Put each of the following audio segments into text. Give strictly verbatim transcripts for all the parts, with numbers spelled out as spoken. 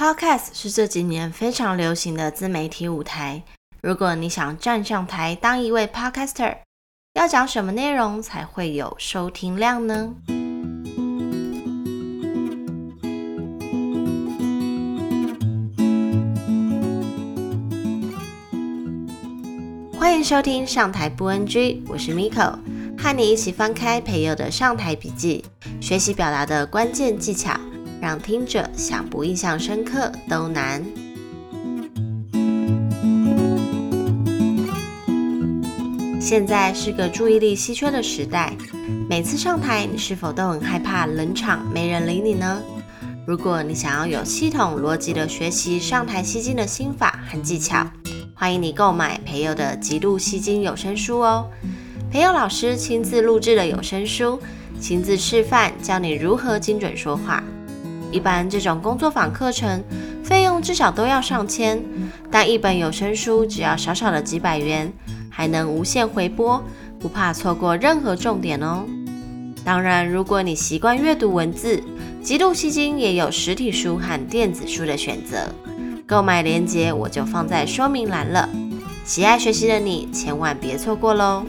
Podcast 是这几年非常流行的自媒体舞台。如果你想站上台当一位 Podcaster， 要讲什么内容才会有收听量呢？欢迎收听上台不 N G， 我是 Miko， 和你一起翻开培佑的上台笔记，学习表达的关键技巧，让听者想不印象深刻都难。现在是个注意力稀缺的时代，每次上台你是否都很害怕冷场没人理你呢？如果你想要有系统逻辑的学习上台吸睛的心法和技巧，欢迎你购买培佑的极度吸睛有声书哦。培佑老师亲自录制的有声书，亲自示范教你如何精准说话。一般这种工作坊课程费用至少都要上千，但一本有声书只要少少的几百元，还能无限回播，不怕错过任何重点哦。当然，如果你习惯阅读文字，极度吸睛也有实体书和电子书的选择，购买链接我就放在说明栏了。喜爱学习的你千万别错过咯。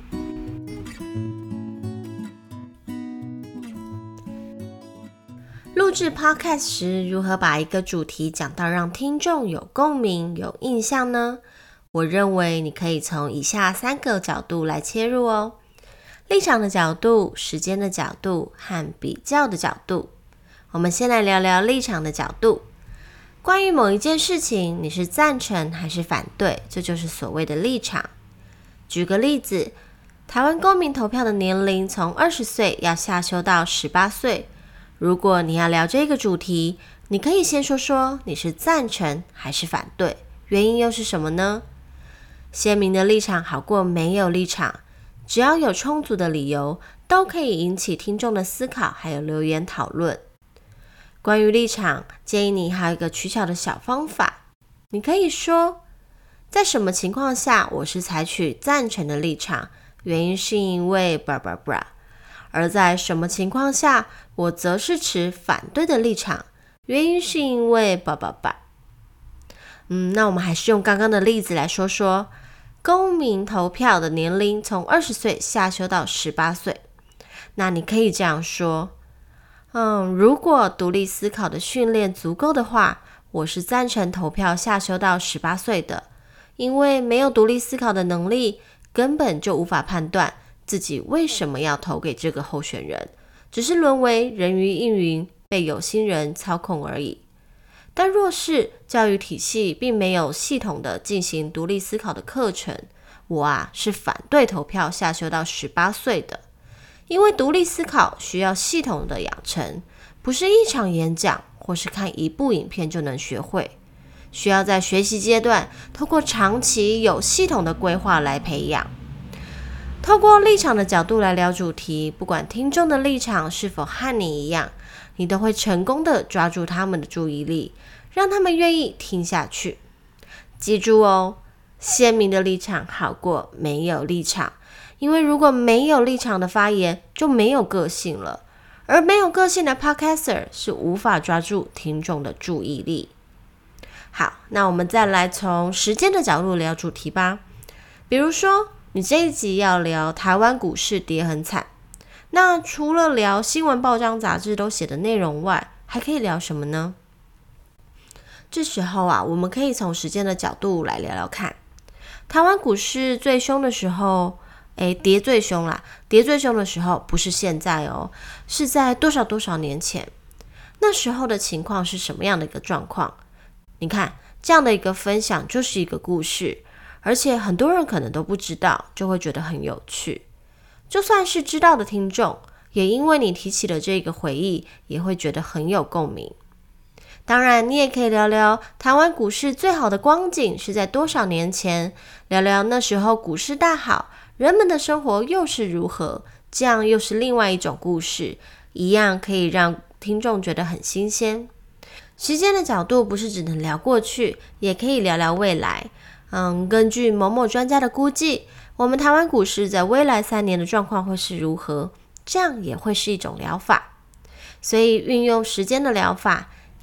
录制 Podcast 时，如何把一个主题讲到让听众有共鸣、有印象呢？我认为你可以从以下三个角度来切入哦：立场的角度、时间的角度和比较的角度。我们先来聊聊立场的角度。关于某一件事情，你是赞成还是反对，这就是所谓的立场。举个例子，台湾公民投票的年龄从二十岁要下修到十八岁。如果你要聊这个主题，你可以先说说你是赞成还是反对，原因又是什么呢？鲜明的立场好过没有立场，只要有充足的理由，都可以引起听众的思考还有留言讨论。关于立场，建议你还有一个取巧的小方法，你可以说，在什么情况下我是采取赞成的立场，原因是因为 blah blah blah， 而在什么情况下我则是持反对的立场，原因是因为 blah blah blah。 嗯，那我们还是用刚刚的例子来说说，公民投票的年龄从二十岁下修到十八岁。那你可以这样说，嗯，如果独立思考的训练足够的话，我是赞成投票下修到十八岁的，因为没有独立思考的能力，根本就无法判断自己为什么要投给这个候选人，只是沦为人云亦云，被有心人操控而已。但若是教育体系并没有系统的进行独立思考的课程，我啊是反对投票下修到十八岁的。因为独立思考需要系统的养成，不是一场演讲或是看一部影片就能学会，需要在学习阶段透过长期有系统的规划来培养。透过立场的角度来聊主题，不管听众的立场是否和你一样，你都会成功的抓住他们的注意力，让他们愿意听下去。记住哦，鲜明的立场好过没有立场，因为如果没有立场的发言，就没有个性了，而没有个性的 Podcaster 是无法抓住听众的注意力。好，那我们再来从时间的角度聊主题吧。比如说，你这一集要聊台湾股市跌很惨，那除了聊新闻报章杂志都写的内容外，还可以聊什么呢？这时候啊，我们可以从时间的角度来聊聊看。台湾股市最凶的时候，诶，跌最凶啦，跌最凶的时候不是现在哦，是在多少多少年前。那时候的情况是什么样的一个状况？你看，这样的一个分享就是一个故事，而且很多人可能都不知道，就会觉得很有趣。就算是知道的听众，也因为你提起了这个回忆，也会觉得很有共鸣。当然，你也可以聊聊台湾股市最好的光景是在多少年前，聊聊那时候股市大好，人们的生活又是如何，这样又是另外一种故事，一样可以让听众觉得很新鲜。时间的角度不是只能聊过去，也可以聊聊未来。嗯，根据某某专家的估计，我们台湾股市在未来三年的状况会是如何，这样也会是一种疗法。所以运用时间的疗法，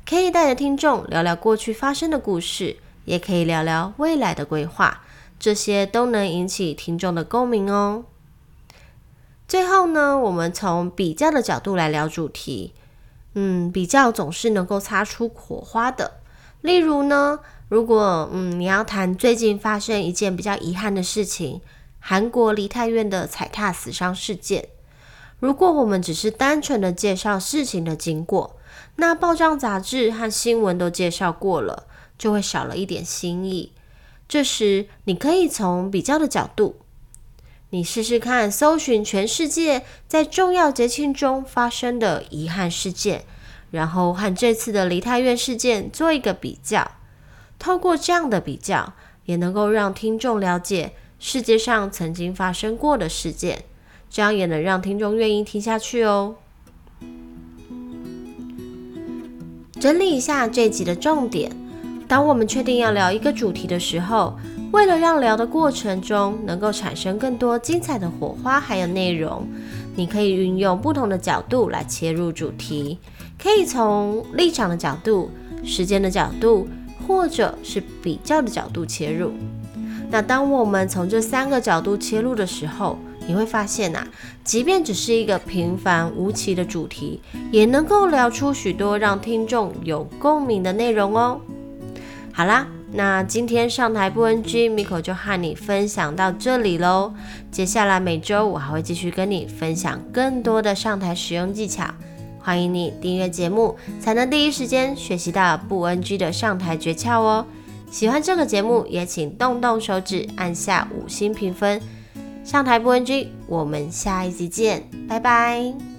可以带着听众聊聊过去发生的故事，也可以聊聊未来的规划，这些都能引起听众的共鸣哦。最后呢，我们从比较的角度来聊主题。嗯，比较总是能够擦出火花的。例如呢，如果嗯你要谈最近发生一件比较遗憾的事情，韩国梨泰院的踩踏死伤事件。如果我们只是单纯的介绍事情的经过，那报章杂志和新闻都介绍过了，就会少了一点新意。这时你可以从比较的角度，你试试看搜寻全世界在重要节庆中发生的遗憾事件，然后和这次的梨泰院事件做一个比较。透过这样的比较，也能够让听众了解世界上曾经发生过的事件，这样也能让听众愿意听下去哦。整理一下这一集的重点，当我们确定要聊一个主题的时候，为了让聊的过程中能够产生更多精彩的火花还有内容，你可以运用不同的角度来切入主题，可以从立场的角度、时间的角度，或者是比较的角度切入。那当我们从这三个角度切入的时候，你会发现啊，即便只是一个平凡无奇的主题，也能够聊出许多让听众有共鸣的内容哦。好啦，那今天上台不 N G Miko 就和你分享到这里咯。接下来每周我还会继续跟你分享更多的上台使用技巧，欢迎你订阅节目，才能第一时间学习到不 N G 的上台诀窍哦。喜欢这个节目，也请动动手指按下五星评分。上台不 N G， 我们下一集见，拜拜。